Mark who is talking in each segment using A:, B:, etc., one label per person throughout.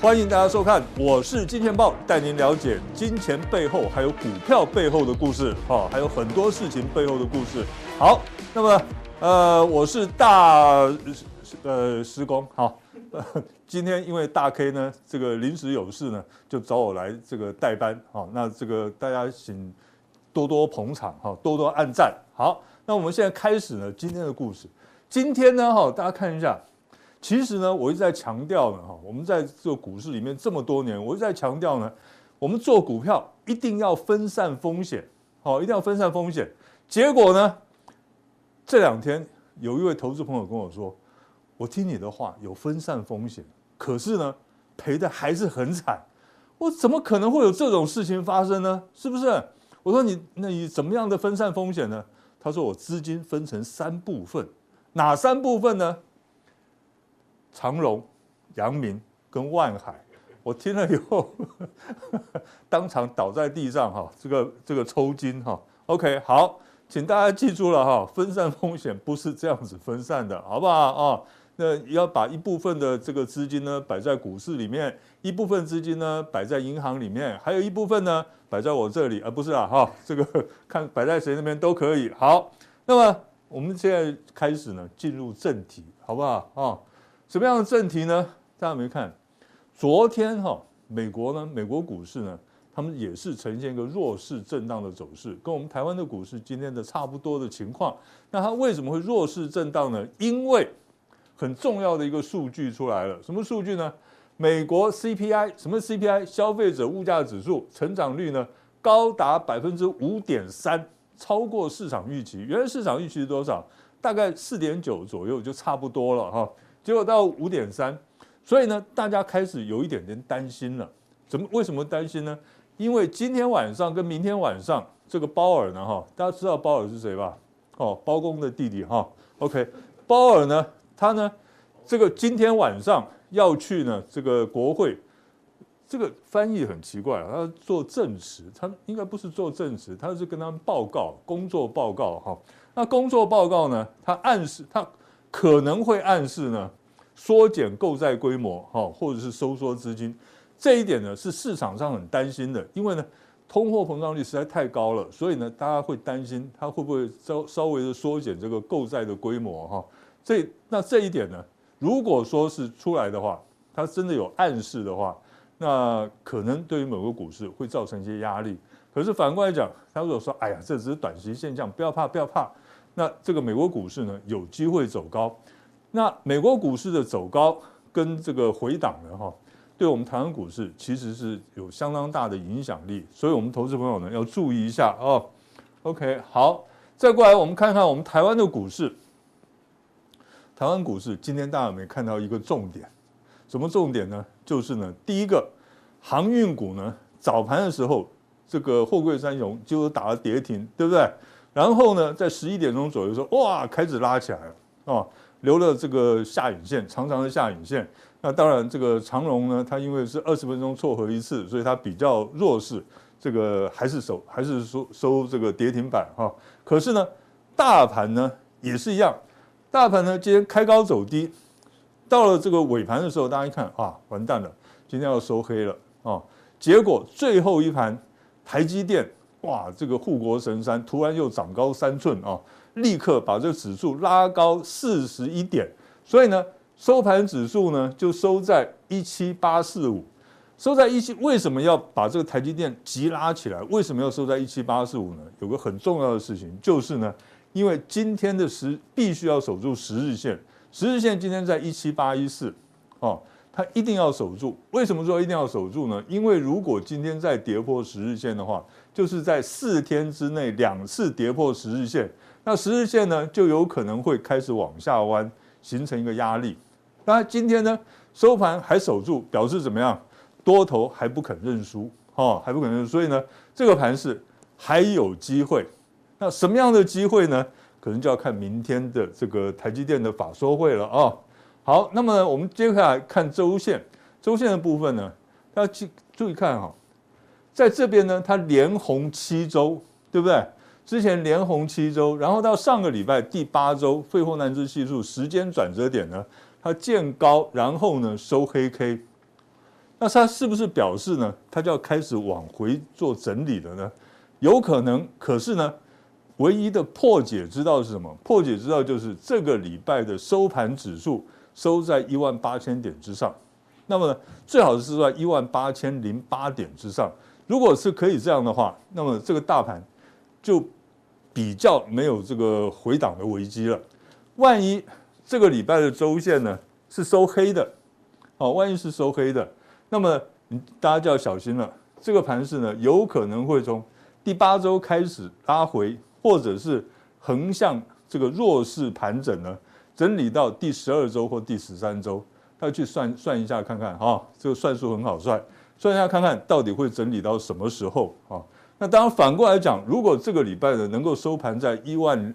A: 欢迎大家收看，我是金钱豹，带您了解金钱背后还有股票背后的故事，还有很多事情背后的故事。好，那么我是大施工，好，今天因为大 K 呢这个临时有事呢，就找我来这个代班，好，那这个大家请多多捧场，好，多多按赞。好，那我们现在开始呢今天的故事。今天呢，大家看一下。其实呢，我一直在强调呢，我们在做股市里面这么多年，我一直在强调呢，我们做股票一定要分散风险，一定要分散风险。结果呢，这两天有一位投资朋友跟我说，我听你的话有分散风险，可是呢，赔的还是很惨。我怎么可能会有这种事情发生呢？是不是？我说你怎么样的分散风险呢？他说我资金分成3部分，哪3部分呢？长荣、阳明跟万海，我听了以后当场倒在地上这个抽筋OK， 好，请大家记住了分散风险不是这样子分散的，好不好那要把一部分的这个资金呢摆在股市里面，一部分资金呢摆在银行里面，还有一部分呢摆在我这里，不是这个看摆在谁那边都可以。好，那么我们现在开始呢进入正题，好不好什么样的正题呢？大家有没有看？昨天美国股市呢，他们也是呈现一个弱势震荡的走势，跟我们台湾的股市今天的差不多的情况。那它为什么会弱势震荡呢？因为很重要的一个数据出来了，什么数据呢？美国 CPI， 什么 CPI？ 消费者物价指数成长率呢高达5.3%，超过市场预期。原来市场预期是多少？大概4.9左右就差不多了结果到5.3，所以呢，大家开始有一点点担心了。为什么担心呢？因为今天晚上跟明天晚上，这个鲍尔呢，大家知道鲍尔是谁吧？包公的弟弟OK， 鲍尔呢，他呢，这个今天晚上要去呢，这个国会，这个翻译很奇怪他做证词，他应该不是做证词，他是跟他们报告工作报告那工作报告呢，他可能会暗示呢，缩减购债规模或者是收缩资金，这一点呢是市场上很担心的，因为呢通货膨胀率实在太高了，所以呢大家会担心它会不会稍微的缩减这个购债的规模那这一点呢，如果说是出来的话，它真的有暗示的话，那可能对于美国股市会造成一些压力。可是反过来讲，他如果说哎呀这只是短期现象，不要怕。那这个美国股市呢有机会走高，那美国股市的走高跟这个回档呢对我们台湾股市其实是有相当大的影响力，所以我们投资朋友呢要注意一下OK， 好，再过来我们看看我们台湾的股市。台湾股市今天大家有没有看到一个重点？什么重点呢？就是呢，第一个航运股呢早盘的时候，这个货柜三雄就打了跌停，对不对？然后呢，在11点钟左右的时候，哇，开始拉起来了留了这个下影线，长长的下影线。那当然，这个长荣呢，它因为是20分钟撮合一次，所以它比较弱势，这个还是收这个跌停板可是呢，大盘呢也是一样，大盘呢今天开高走低，到了这个尾盘的时候，大家一看完蛋了，今天要收黑了结果最后一盘，台积电。哇，这个护国神山突然又长高3寸立刻把这个指数拉高41点，所以呢，收盘指数呢就收在17845，收在为什么要把这个台积电急拉起来？为什么要收在17845呢？有个很重要的事情就是呢，因为今天的必须要守住10日线，10日线今天在17814它一定要守住。为什么说一定要守住呢？因为如果今天再跌破10日线的话，就是在4天之内2次跌破10日线，那10日线呢就有可能会开始往下弯，形成一个压力。那今天呢收盘还守住，表示怎么样？多头还不肯认输还不肯认输，所以呢这个盘势还有机会。那什么样的机会呢？可能就要看明天的这个台积电的法说会了好，那么我们接下来看周线的部分呢，大家注意看在这边呢，它连红7周，对不对？之前连红7周，然后到上个礼拜第8周，费霍南兹系数时间转折点呢，它见高，然后呢收黑 K， 那它是不是表示呢，它就要开始往回做整理了呢？有可能，可是呢，唯一的破解之道是什么？破解之道就是这个礼拜的收盘指数收在18000点之上，那么呢，最好是在18008点之上。如果是可以这样的话，那么这个大盘就比较没有这个回档的危机了。万一这个礼拜的周线呢是收黑的，万一是收黑的，那么大家就要小心了。这个盘势呢，有可能会从第8周开始拉回，或者是横向这个弱势盘整呢，整理到第12周或第13周，要去算一下看看这个算术很好算一下看看到底会整理到什么时候那当然反过来讲，如果这个礼拜呢能够收盘在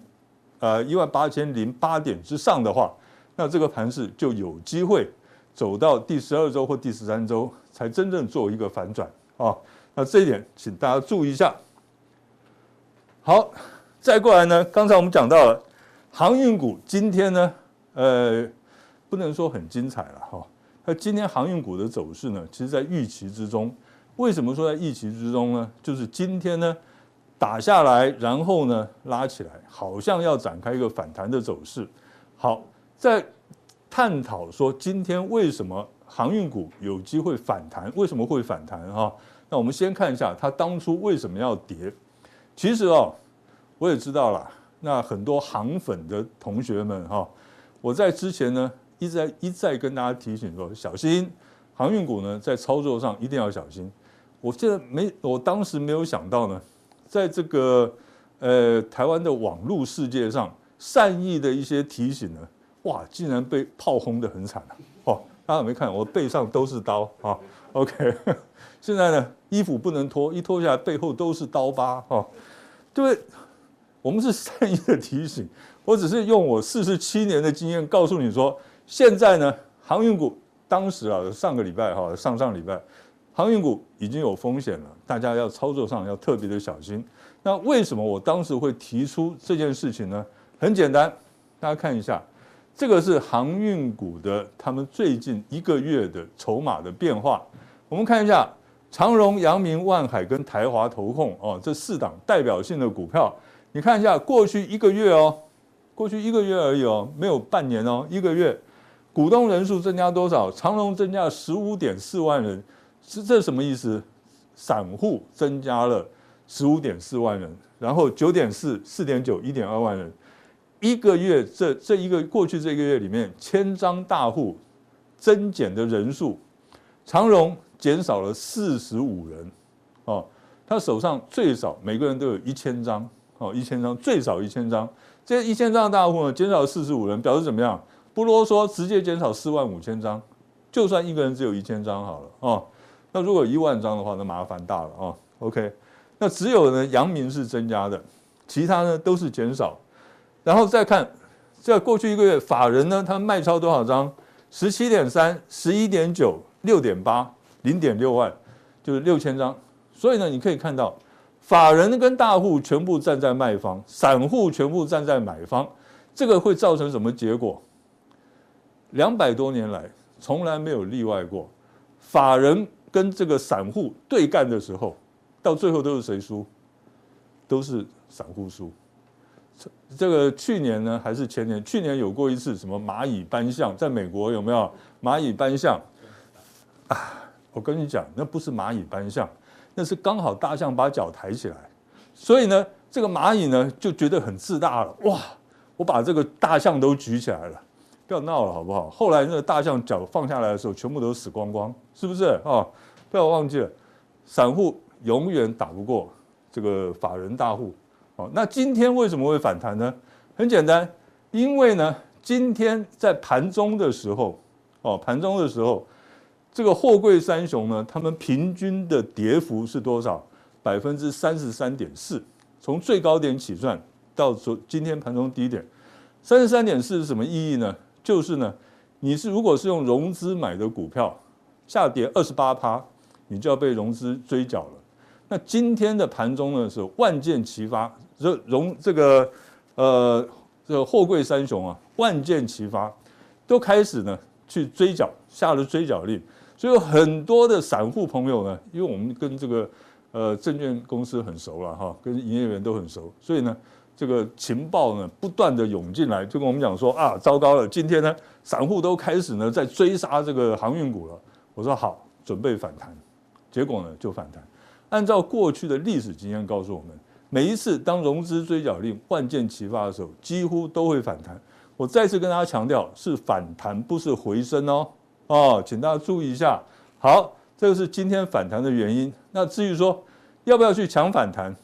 A: 18008点之上的话，那这个盘势就有机会走到第12周或第13周才真正做一个反转那这一点请大家注意一下。好，再过来呢，刚才我们讲到了航运股今天呢，不能说很精彩了那今天航运股的走势呢，其实在预期之中。为什么说在预期之中呢？就是今天呢打下来，然后呢拉起来，好像要展开一个反弹的走势。好，在探讨说今天为什么航运股有机会反弹，为什么会反弹那我们先看一下它当初为什么要跌。其实我也知道啦，那很多航粉的同学们我在之前呢一再跟大家提醒说，小心航运股呢在操作上一定要小心。我当时没有想到呢，在这个台湾的网络世界上，善意的一些提醒呢，哇，竟然被炮轰得很惨大家有没有看？我背上都是刀OK， 现在呢衣服不能脱，一脱下来背后都是刀疤对不对？我们是善意的提醒，我只是用我47年的经验告诉你说，现在呢航运股当时上个礼拜上礼拜。航运股已经有风险了，大家要操作上要特别的小心。那为什么我当时会提出这件事情呢？很简单，大家看一下，这个是航运股的他们最近1个月的筹码的变化。我们看一下长荣、阳明、万海跟台华投控这4档代表性的股票，你看一下过去1个月过去1个月而已没有半年1个月，股东人数增加多少？长荣增加了15.4万人。这什么意思？散户增加了15.4万人，然后9.4、4.9、1.2万人。1个月过去这1个月里面，千张大户增减的人数，长荣减少了45人他手上最少每个人都有1000张1000张，最少1000张。这1000张的大户呢，减少了45人，表示怎么样？不啰嗦，直接减少45000张。就算一个人只有1000张好了那如果1万张的话，那麻烦大了OK， 那只有呢阳明是增加的，其他呢都是减少。然后再看，在过去1个月，法人呢他们卖超多少张？17.3、11.9、6.8、0.6万，就是6000张。所以呢，你可以看到，法人跟大户全部站在卖方，散户全部站在买方，这个会造成什么结果？200多年来从来没有例外过，法人跟这个散户对干的时候，到最后都是谁输？都是散户输。这个去年呢还是前年？去年有过一次什么蚂蚁搬象，在美国有没有蚂蚁搬象？我跟你讲，那不是蚂蚁搬象，那是刚好大象把脚抬起来，所以呢，这个蚂蚁呢就觉得很自大了，哇，我把这个大象都举起来了。不要闹了好不好？后来那个大象脚放下来的时候，全部都死光光，是不是不要忘记了，散户永远打不过这个法人大户那今天为什么会反弹呢？很简单，因为呢，今天在盘中的时候这个货柜三雄呢，他们平均的跌幅是多少？33.4%，从最高点起算到今天盘中低点，33.4是什么意义呢？就是呢，如果是用融资买的股票，下跌28%，你就要被融资追缴了。那今天的盘中呢是万箭齐发，这个货柜三雄万箭齐发，都开始呢去追缴，下了追缴令。 所以有很多的散户朋友呢，因为我们跟这个证券公司很熟了哈，跟营业员都很熟，所以呢，这个情报呢不断的涌进来，就跟我们讲说啊，糟糕了，今天呢散户都开始呢在追杀这个航运股了。我说好，准备反弹，结果呢就反弹。按照过去的历史经验告诉我们，每一次当融资追缴令万箭齐发的时候，几乎都会反弹。我再次跟大家强调，是反弹，不是回升哦，请大家注意一下。好，这个是今天反弹的原因。那至于说要不要去抢反弹，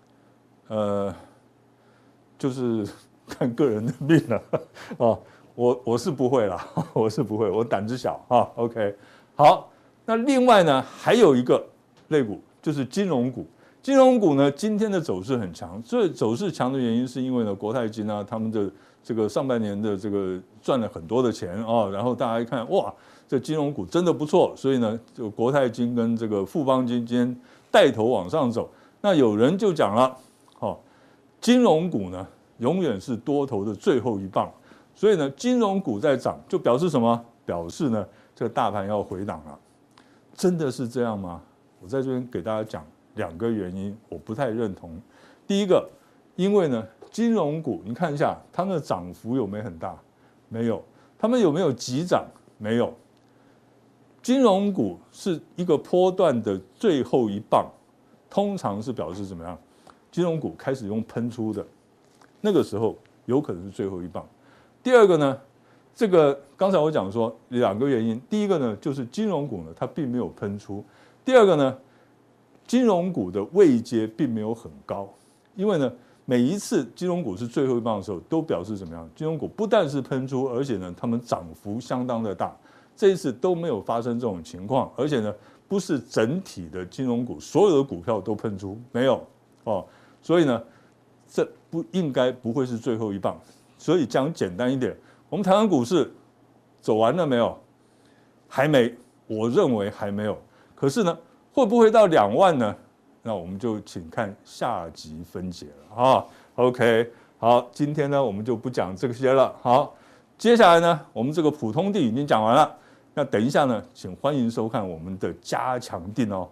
A: 就是看个人的命了哦。我是不会啦，我是不会，我胆子小啊。OK， 好，那另外呢还有一个类股就是金融股。金融股呢今天的走势很强，所以走势强的原因是因为呢国泰金啊他们的这个上半年的这个赚了很多的钱哦，然后大家一看哇，这金融股真的不错，所以呢就国泰金跟这个富邦金今天带头往上走。那有人就讲了，金融股呢永远是多头的最后一棒，所以呢金融股在涨就表示什么？表示呢这个大盘要回档了。真的是这样吗？我在这边给大家讲2个原因，我不太认同。第一个，因为呢金融股你看一下它们的涨幅有没有很大？没有。它们有没有急涨？没有。金融股是一个波段的最后一棒，通常是表示怎么样？金融股开始用喷出的，那个时候有可能是最后一棒。第二个呢，这个刚才我讲说2个原因，第一个呢就是金融股呢它并没有喷出，第二个呢金融股的位阶并没有很高，因为呢每一次金融股是最后一棒的时候，都表示怎么样？金融股不但是喷出，而且呢它们涨幅相当的大。这一次都没有发生这种情况，而且呢不是整体的金融股所有的股票都喷出，没有哦，所以呢这不会是最后一棒。所以讲简单一点，我们台湾股市走完了没有？还没，我认为还没有。可是呢，会不会到2万呢？那我们就请看下集分解了啊。OK， 好，今天呢我们就不讲这些了。好，接下来呢，我们这个普通定已经讲完了。那等一下呢，请欢迎收看我们的加强定哦。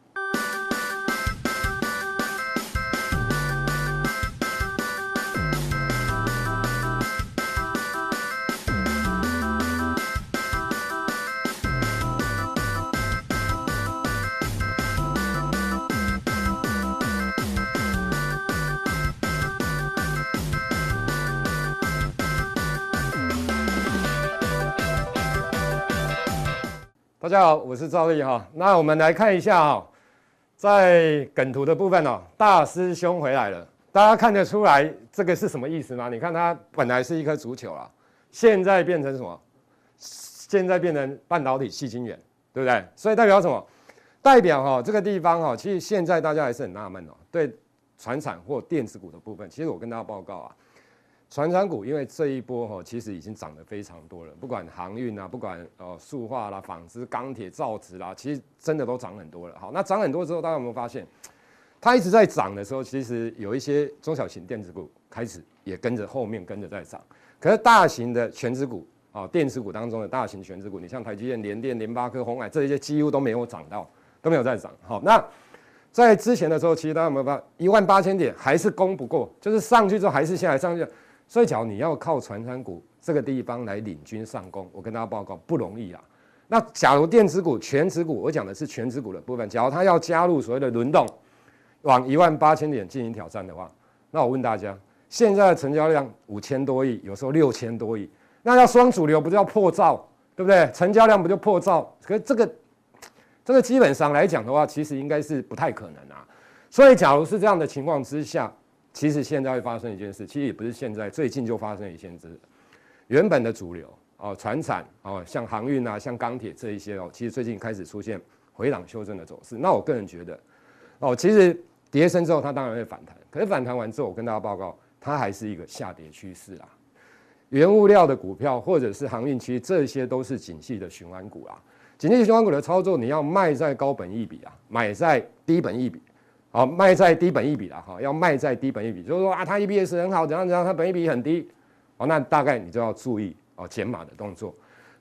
B: 大家好，我是赵力哈。那我们来看一下哈，在梗图的部分哦，大师兄回来了。大家看得出来这个是什么意思吗？你看它本来是一颗足球啦，现在变成什么？现在变成半导体矽晶圆，对不对？所以代表什么？代表这个地方其实现在大家还是很纳闷对传产或电子股的部分，其实我跟大家报告啊。传产股因为这一波其实已经涨得非常多了，不管航运啊，不管塑化啦、纺织、钢铁、造纸啦，其实真的都涨很多了。好，那涨很多之后，大家有没有发现，它一直在涨的时候，其实有一些中小型电子股开始也跟着后面跟着在涨。可是大型的全指股电子股当中的大型全指股，你像台积电、联电、联发科、鸿海这些几乎都没有涨到，都没有在涨。好，那在之前的时候，其实大家有没有发现18000点还是攻不过，就是上去之后还是下来上去。所以，假如你要靠传产股这个地方来领军上攻，我跟大家报告不容易啦。那假如电子股、全指股，我讲的是全指股的部分，假如它要加入所谓的轮动，往18000点进行挑战的话，那我问大家，现在的成交量5000多亿，有时候6000多亿，那要双主流不就要破兆，对不对？成交量不就破兆？可是这个基本上来讲的话，其实应该是不太可能啊。所以，假如是这样的情况之下，其实现在会发生一件事，其实也不是现在，最近就发生一件事。原本的主流传产像航运啊、像钢铁这一些其实最近开始出现回档修正的走势。那我个人觉得其实跌升之后它当然会反弹，可是反弹完之后，我跟大家报告，它还是一个下跌趋势啦。原物料的股票或者是航运，其实这些都是景气的循环股啦。景气循环股的操作，你要卖在高本益比啊，买在低本益比。卖在低本益比啦，要卖在低本益比，就是说它 EPS 很好，怎样，它本益比很低，那大概你就要注意减码的动作。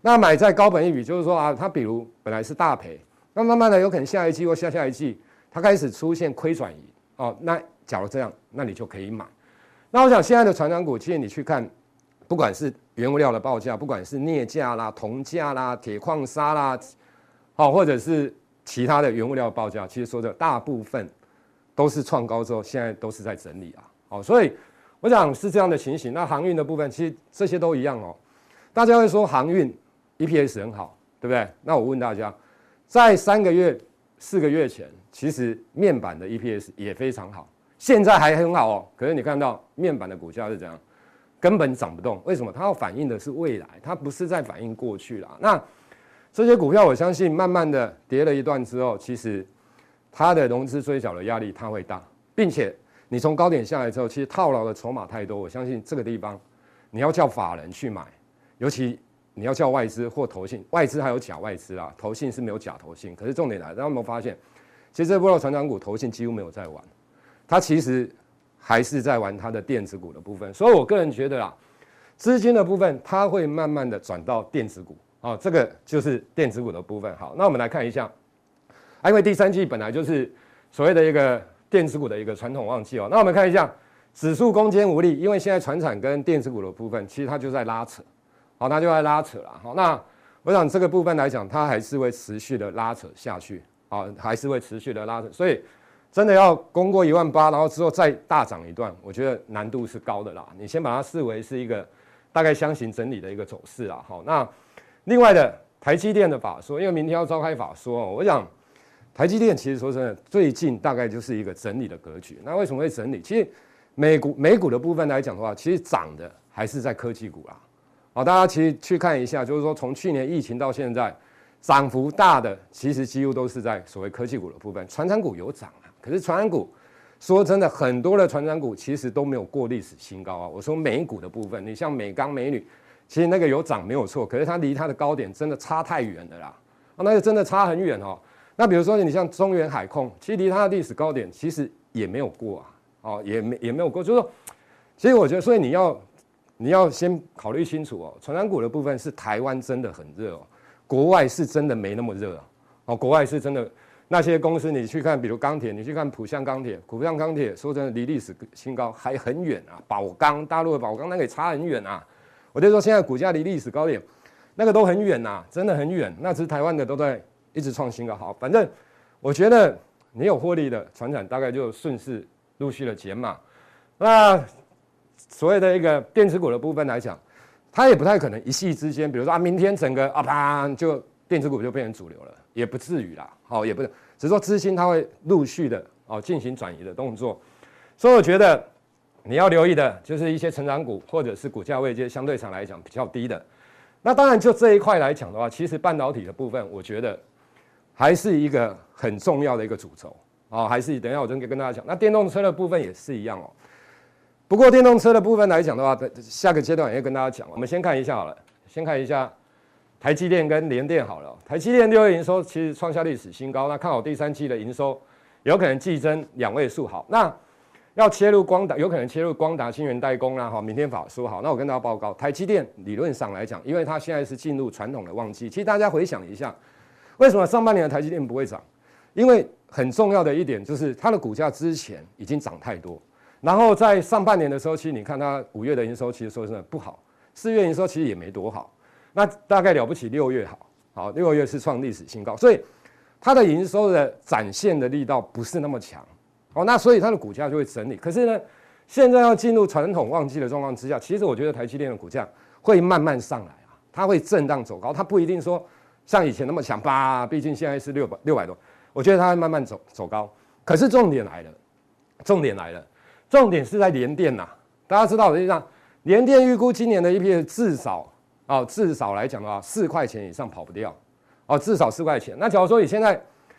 B: 那买在高本益比，就是说啊，它比如本来是大赔，那慢慢的有可能下一季或下一季，它开始出现亏转移哦。那假如这样，那你就可以买。那我想现在的传产股，其实你去看，不管是原物料的报价，不管是镍价啦、铜价啦、铁矿砂啦，好，或者是其他的原物料的报价，其实说的大部分都是创高之后，现在都是在整理啊。好，所以我想是这样的情形。那航运的部分，其实这些都一样哦。大家会说航运 EPS 很好，对不对？那我问大家，在3个月、4个月前，其实面板的 EPS 也非常好，现在还很好哦。可是你看到面板的股价是怎样？根本涨不动。为什么？它要反映的是未来，它不是在反映过去啦。那这些股票，我相信慢慢的跌了一段之后，其实它的融资追缴的压力它会大，并且你从高点下来之后，其实套牢的筹码太多。我相信这个地方你要叫法人去买，尤其你要叫外资或投信，外资还有假外资啦，投信是没有假投信。可是重点来，大家有没有发现，其实这波的传产股投信几乎没有在玩，它其实还是在玩它的电子股的部分。所以我个人觉得啦，资金的部分它会慢慢的转到电子股。哦，这个就是电子股的部分。好，那我们来看一下，因为第3季本来就是所谓的一个电子股的一个传统旺季哦。那我们看一下指数攻坚无力，因为现在传产跟电子股的部分，其实它就在拉扯，好，它就在拉扯了。好，那我想这个部分来讲，它还是会持续的拉扯下去，好，还是会持续的拉扯，所以真的要攻过18000，然后之后再大涨一段，我觉得难度是高的啦。你先把它视为是一个大概箱型整理的一个走势啦。好，那另外的台积电的法说，因为明天要召开法说哦，我想台积电其实说真的，最近大概就是一个整理的格局。那为什么会整理？其实美股的部分来讲的话，其实涨的还是在科技股啦。好，大家其实去看一下，就是说从去年疫情到现在，涨幅大的其实几乎都是在所谓科技股的部分。传产股有涨啊，可是传产股说真的，很多的传产股其实都没有过历史新高啊。我说美股的部分，你像美钢、美铝。其实那个有涨没有错，可是它离它的高点真的差太远了啦，那个真的差很远哦。那比如说你像中原海控，其实离它的历史高点其实也没有过啊，哦，也没有过，就是说，其实我觉得，所以你要先考虑清楚哦，传产股的部分是台湾真的很热哦，国外是真的没那么热哦，国外是真的那些公司你去看，比如钢铁，你去看浦项钢铁，说真的离历史新高还很远啊，宝钢大陆的宝钢那个也差很远啊。我就说现在股价离历史高点那个都很远呐，真的很远。那只是台湾的都在一直创新高。好，反正我觉得你有获利的传产大概就顺势陆续的减码。那所谓的一个电子股的部分来讲，它也不太可能一夕之间，比如说啊，明天整个啊啪就电子股就变成主流了，也不至于啦。好，也不是，只是说资金它会陆续的进行转移的动作。所以我觉得。你要留意的就是一些成长股，或者是股价位阶相对上来讲比较低的。那当然就这一块来讲的话，其实半导体的部分，我觉得还是一个很重要的一个主轴啊，还是等一下我就跟大家讲。那电动车的部分也是一样哦。不过电动车的部分来讲的话，下个阶段也会跟大家讲。我们先看一下好了，先看一下台积电跟联电好了。台积电6月营收其实创下历史新高，那看好第3季的营收有可能季增2位数。好，那要切入光达，有可能切入光达晶圆代工啦。好，明天法说好，那我跟大家报告，台积电理论上来讲，因为它现在是进入传统的旺季，其实大家回想一下，为什么上半年的台积电不会涨？因为很重要的一点就是它的股价之前已经涨太多，然后在上半年的时候，其实你看它5月的营收其实说真的不好，4月营收其实也没多好，那大概了不起6月好，6月是创历史新高，所以它的营收的展现的力道不是那么强。哦，那所以它的股价就会整理。可是呢，现在要进入传统旺季的状况之下，其实我觉得台积电的股价会慢慢上来啊，它会震荡走高，它不一定说像以前那么强吧，毕竟现在是600多，我觉得它会慢慢走高。可是重点来了，重点是在联电呐。大家知道，实际上联电预估今年的EPS至少来讲的话，4块钱以上跑不掉哦，至少4块钱。那假如说以现在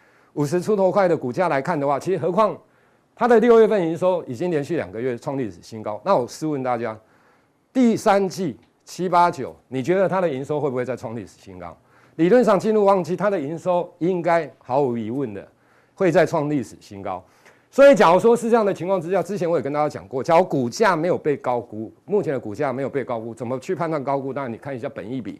B: 50出头块的股价来看的话，其实何况它的6月份营收已经连续2个月创历史新高。那我试问大家，第3季7、8、9，你觉得它的营收会不会再创历史新高？理论上进入旺季，它的营收应该毫无疑问的会再创历史新高。所以，假如说是这样的情况之下，之前我也跟大家讲过，假如股价没有被高估，目前的股价没有被高估，怎么去判断高估？当然你看一下本益比，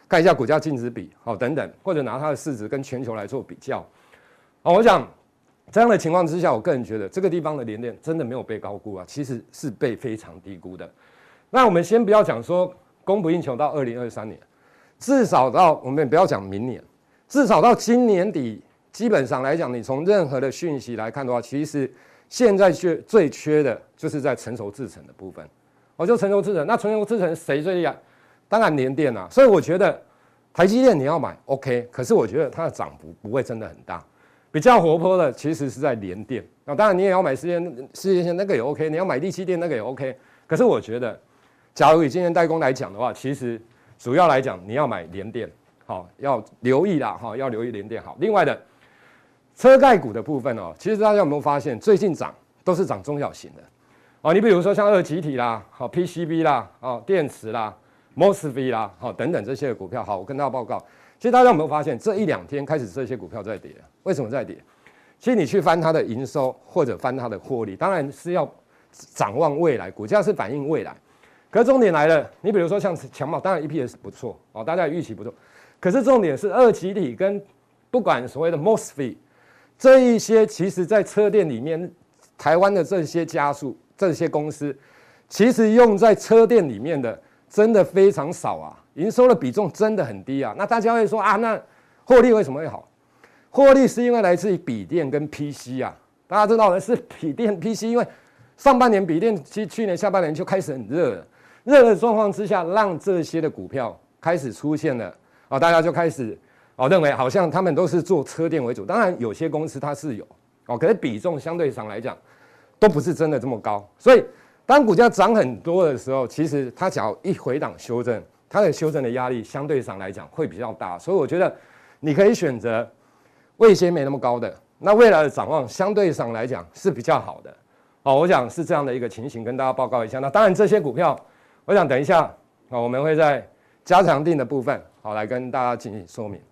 B: 看一下股价净值比，好等等，或者拿它的市值跟全球来做比较。好，我想这样的情况之下，我个人觉得这个地方的联电真的没有被高估啊，其实是被非常低估的。那我们先不要讲说供不应求到2023年，至少到我们不要讲明年，至少到今年底，基本上来讲，你从任何的讯息来看的话，其实现在最缺的就是在成熟制程的部分。就成熟制程，那成熟制程谁最厉害？当然联电啊。所以我觉得台积电你要买 OK， 可是我觉得它的涨幅不会真的很大。比较活泼的其实是在联电，当然你也要买世界线那个也 OK， 你要买力积电那个也 OK。可是我觉得，假如以今年代工来讲的话，其实主要来讲你要买联电，好，要留意啦，哈，要留意联电好。另外的车盖股的部分哦，其实大家有没有发现，最近涨都是涨中小型的，哦，你比如说像二极体啦，好 PCB 啦，哦电池啦 ，MOSFET 啦，好等等这些股票，好，我跟大家报告。其实大家有没有发现，这1-2天开始这些股票在跌？为什么在跌？其实你去翻它的营收或者翻它的获利，当然是要展望未来，股价是反映未来。可是重点来了，你比如说像强茂，当然 EPS 不错哦，大家预期不错。可是重点是二极体跟不管所谓的 MOSFET 这一些，其实在车电里面，台湾的这些家数、这些公司，其实用在车电里面的真的非常少啊。营收的比重真的很低啊，那大家会说啊，那获利为什么会好？获利是因为来自于笔电跟 PC 啊，大家知道的是笔电 PC， 因为上半年笔电去年下半年就开始很热了，热的状况之下，让这些的股票开始出现了啊，大家就开始认为好像他们都是做车电为主，当然有些公司它是有可是比重相对上来讲都不是真的这么高，所以当股价涨很多的时候，其实它只要一回档修正。它的修正的压力相对上来讲会比较大，所以我觉得你可以选择位阶没那么高的，那未来的展望相对上来讲是比较好的。我想是这样的一个情形跟大家报告一下。那当然这些股票，我想等一下我们会在加强定的部分来跟大家进行说明。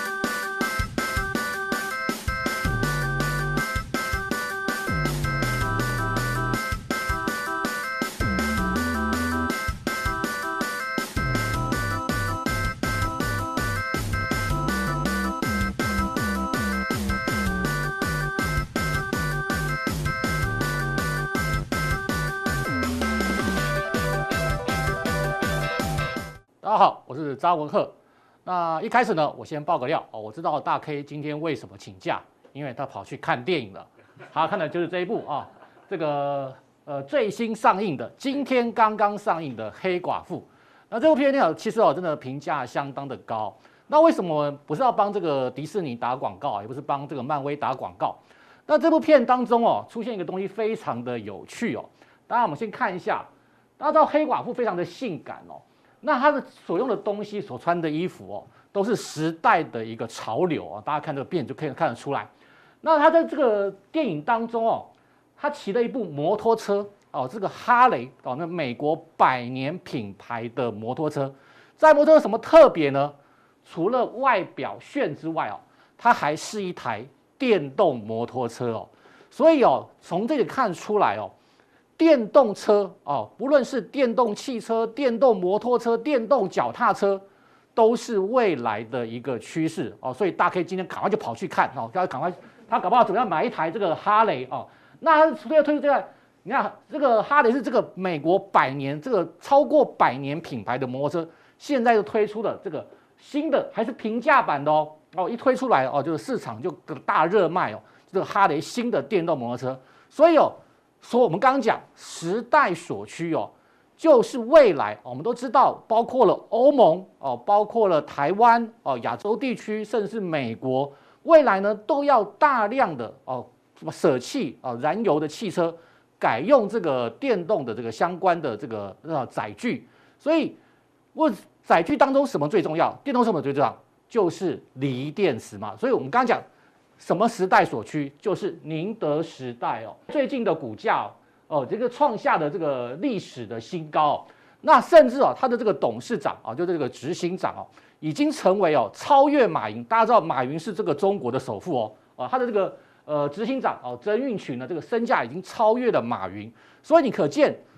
C: 大家好，我是查文赫。那一开始呢，我先爆个料我知道大 K 今天为什么请假，因为他跑去看电影了。他看的就是这一部这个最新上映的，今天刚刚上映的《黑寡妇》。那这部片呢，其实真的评价相当的高。那为什么不是要帮这个迪士尼打广告，也不是帮这个漫威打广告？那这部片当中出现一个东西非常的有趣当然我们先看一下，大家知道黑寡妇非常的性感那他的所用的东西、所穿的衣服都是时代的一个潮流大家看这个片就可以看得出来。那他在这个电影当中他骑了一部摩托车这个哈雷那美国100年品牌的摩托车。这台摩托车有什么特别呢？除了外表炫之外它还是一台电动摩托车所以从这里看出来电动车不论是电动汽车、电动摩托车、电动脚踏车，都是未来的一个趋势所以大 K 今天赶快就跑去看他搞不好怎么样买一台这个哈雷那他除了推出这个，你看这个哈雷是这个美国100年这个超过100年品牌的摩托车，现在又推出了这个新的还是平价版的一推出来就是市场就大热卖这个哈雷新的电动摩托车，所以说我们刚刚讲时代所趋就是未来我们都知道，包括了欧盟包括了台湾亚洲地区，甚至是美国，未来呢都要大量的什么舍弃燃油的汽车，改用这个电动的这个相关的这个载具。所以载具当中什么最重要？电动车什么最重要？就是锂电池嘛。所以我们刚刚讲。什么时代所趋？就是宁德时代最近的股价这个创下的这个历史的新高那甚至他的这个董事长就这个执行长已经成为超越马云。大家知道马云是这个中国的首富他的这个执行长曾荫权呢，这个身价已经超越了马云。所以你可见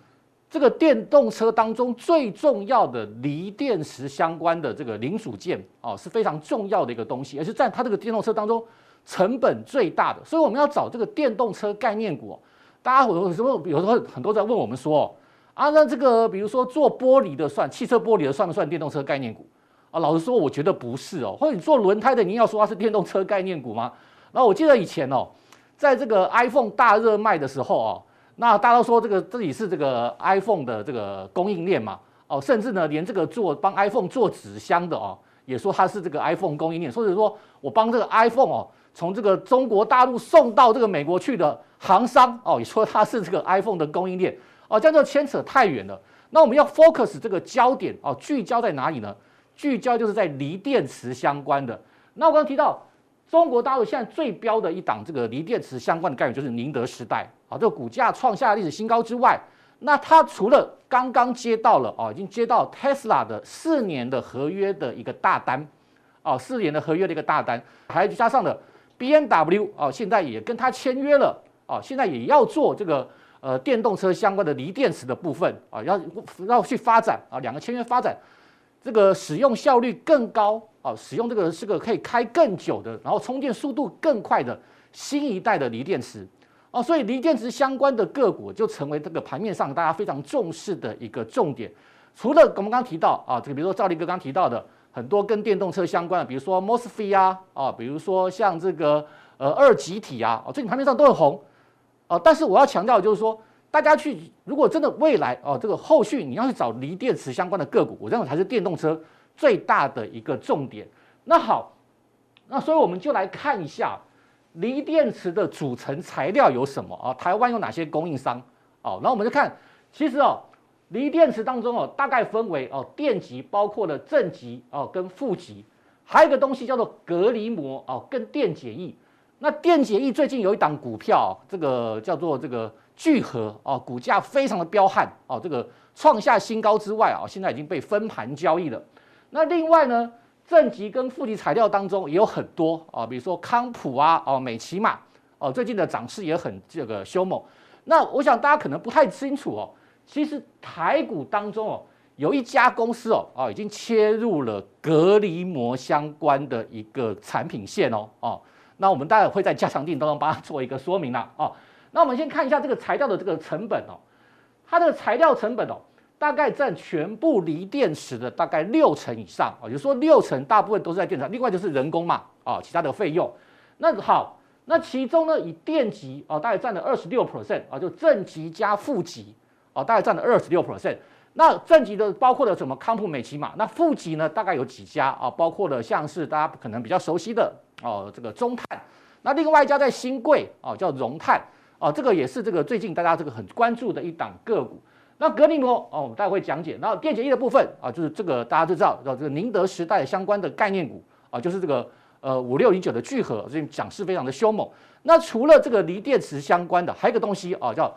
C: 这个电动车当中最重要的锂电池相关的这个零组件哦，是非常重要的一个东西，而是占它这个电动车当中成本最大的。所以我们要找这个电动车概念股，大家有时候很多在问我们说，啊，那这个比如说做玻璃的汽车玻璃的算不算电动车概念股？啊，老实说，我觉得不是哦。或者你做轮胎的，你要说它是电动车概念股吗？然后我记得以前哦，在这个 iPhone 大热卖的时候哦。那大家都说这里是这个 iPhone 的这个供应链嘛，哦，甚至呢连这个帮 iPhone 做纸箱的哦，也说它是这个 iPhone 供应链，或者说我帮这个 iPhone 哦从这个中国大陆送到这个美国去的航商哦，也说它是这个 iPhone 的供应链哦，这样就牵扯太远了。那我们要 focus 这个焦点哦，聚焦在哪里呢？聚焦就是在锂电池相关的。那我刚刚提到。中国大陆现在最标的一档这个锂电池相关的概念就是宁德时代，啊，这个股价创下历史新高之外，那它除了刚刚接到了已经接到 Tesla 的4年的合约的一个大单，4年的合约的一个大单，还加上了 BMW 现在也跟它签约了，现在也要做这个电动车相关的锂电池的部分要去发展两个签约发展。这个使用效率更高使用这个可以开更久的，然后充电速度更快的新一代的锂电池所以锂电池相关的个股就成为这个盘面上大家非常重视的一个重点。除了我们刚刚提到这个比如说赵立哥刚提到的很多跟电动车相关的，比如说 MOSFET 比如说像这个二极体最近盘面上都很红但是我要强调的就是说。大家如果真的未来这个后续你要去找锂电池相关的个股，我认为才是电动车最大的一个重点。那好，那所以我们就来看一下锂电池的组成材料有什么台湾有哪些供应商然后我们就看，其实锂电池当中大概分为电极，包括了正极跟负极，还有一个东西叫做隔离膜跟电解液。那电解液最近有一档股票这个叫做这个。聚合股价非常的彪悍这个创下新高之外现在已经被分盘交易了。那另外呢，正极跟负极材料当中也有很多比如说康普美骑马最近的涨势也很这个凶猛。那我想大家可能不太清楚其实台股当中有一家公司已经切入了隔离膜相关的一个产品线那我们待会会在加强定当中帮它做一个说明啦那我们先看一下这个材料的这个成本它的材料成本大概占全部锂电池的大概60%以上也就是说60%大部分都是在电池，另外就是人工嘛其他的费用。那好，那其中呢以电极大概占了26%就正极加负极大概占了26%。那正极的包括了什么康普美骑马，那负极呢大概有几家包括了像是大家可能比较熟悉的这个中碳，那另外一家在新贵叫荣碳。这个也是这个最近大家这个很关注的一档个股。那隔离膜我们待会会讲解。然后电解液的部分就是这个大家都知道这个宁德时代相关的概念股就是这个5609的聚合，最近涨势非常的凶猛。那除了这个锂电池相关的，还有一个东西叫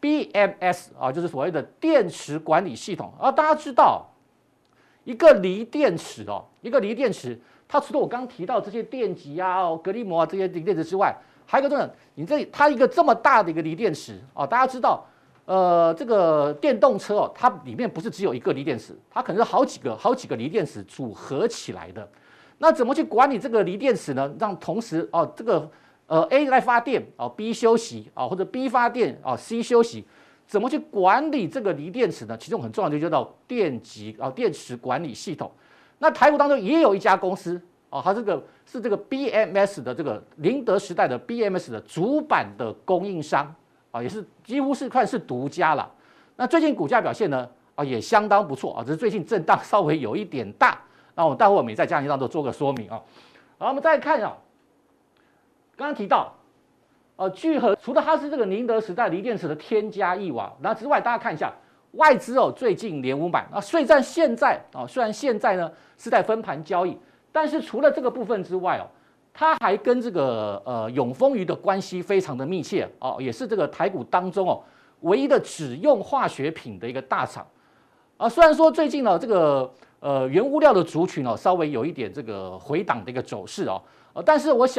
C: BMS 就是所谓的电池管理系统大家知道一个锂电池它除了我刚刚提到这些电极隔离膜这些锂电池之外，还有一个重点，它一个这么大的一个锂电池大家知道，这个电动车它里面不是只有一个锂电池，它可能是好几个锂电池组合起来的。那怎么去管理这个锂电池呢？让同时这个A 来发电B 休息或者 B 发电C 休息，怎么去管理这个锂电池呢？其中很重要的就叫电极电池管理系统。那台股当中也有一家公司。它这个是这个 BMS 的这个宁德时代的 BMS 的主板的供应商也是几乎是算是独家了。那最近股价表现呢也相当不错只是最近震荡稍微有一点大。那我们待会我们也在加强当中做个说明好，我们再看刚刚提到聚合除了它是这个宁德时代锂电池的添加液那之外，大家看一下外资最近连五买虽然现在呢是在分盘交易。但是除了这个部分之外它还跟这个永丰余的关系非常的密切也是这个台股当中唯一的只用化学品的一个大厂虽然说最近呢这个原物料的族群稍微有一点这个回档的一个走势但是我想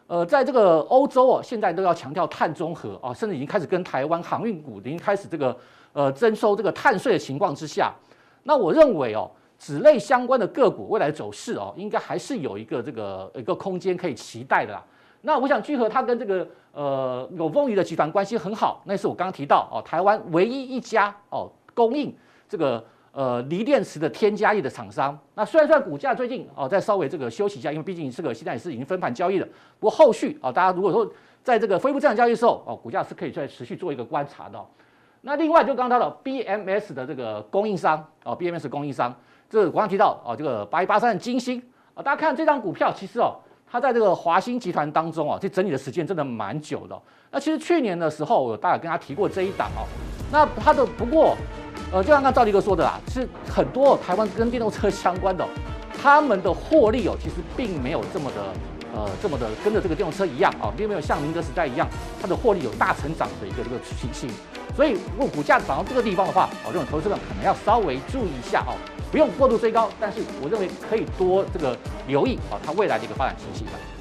C: 在这个欧洲哦，现在都要强调碳中和啊，甚至已经开始跟台湾航运股已经开始这个征收这个碳税的情况之下，那我认为哦，纸类相关的个股未来的走势哦，应该还是有一个空间可以期待的啦。那我想聚合它跟这个永丰余的集团关系很好，那是我刚刚提到哦，台湾唯一一家哦供应这个锂电池的添加液的厂商。那虽然股价最近哦在稍微这个休息一下，因为毕竟这个现在也是已经分盘交易了。不过后续啊，大家如果说在这个恢复正常交易的时候哦，股价是可以再持续做一个观察的。那另外就刚刚到了 BMS 的这个供应商哦 ，BMS 供应商，这个我刚提到哦，这个8183的金星啊，大家看这张股票，其实哦。它在这个华兴集团当中哦，这整理的时间真的蛮久的。那其实去年的时候，我大概跟他提过这一档哦。那它的不过，就像刚赵立哥说的啦，是很多台湾跟电动车相关的，他们的获利哦，其实并没有这么的跟着这个电动车一样啊，并没有像宁德时代一样，它的获利有大成长的一个情形。所以如果股价涨到这个地方的话，这种投资者可能要稍微注意一下哦。不用过度追高，但是我认为可以多这个留意啊，它未来的一个发展情形的。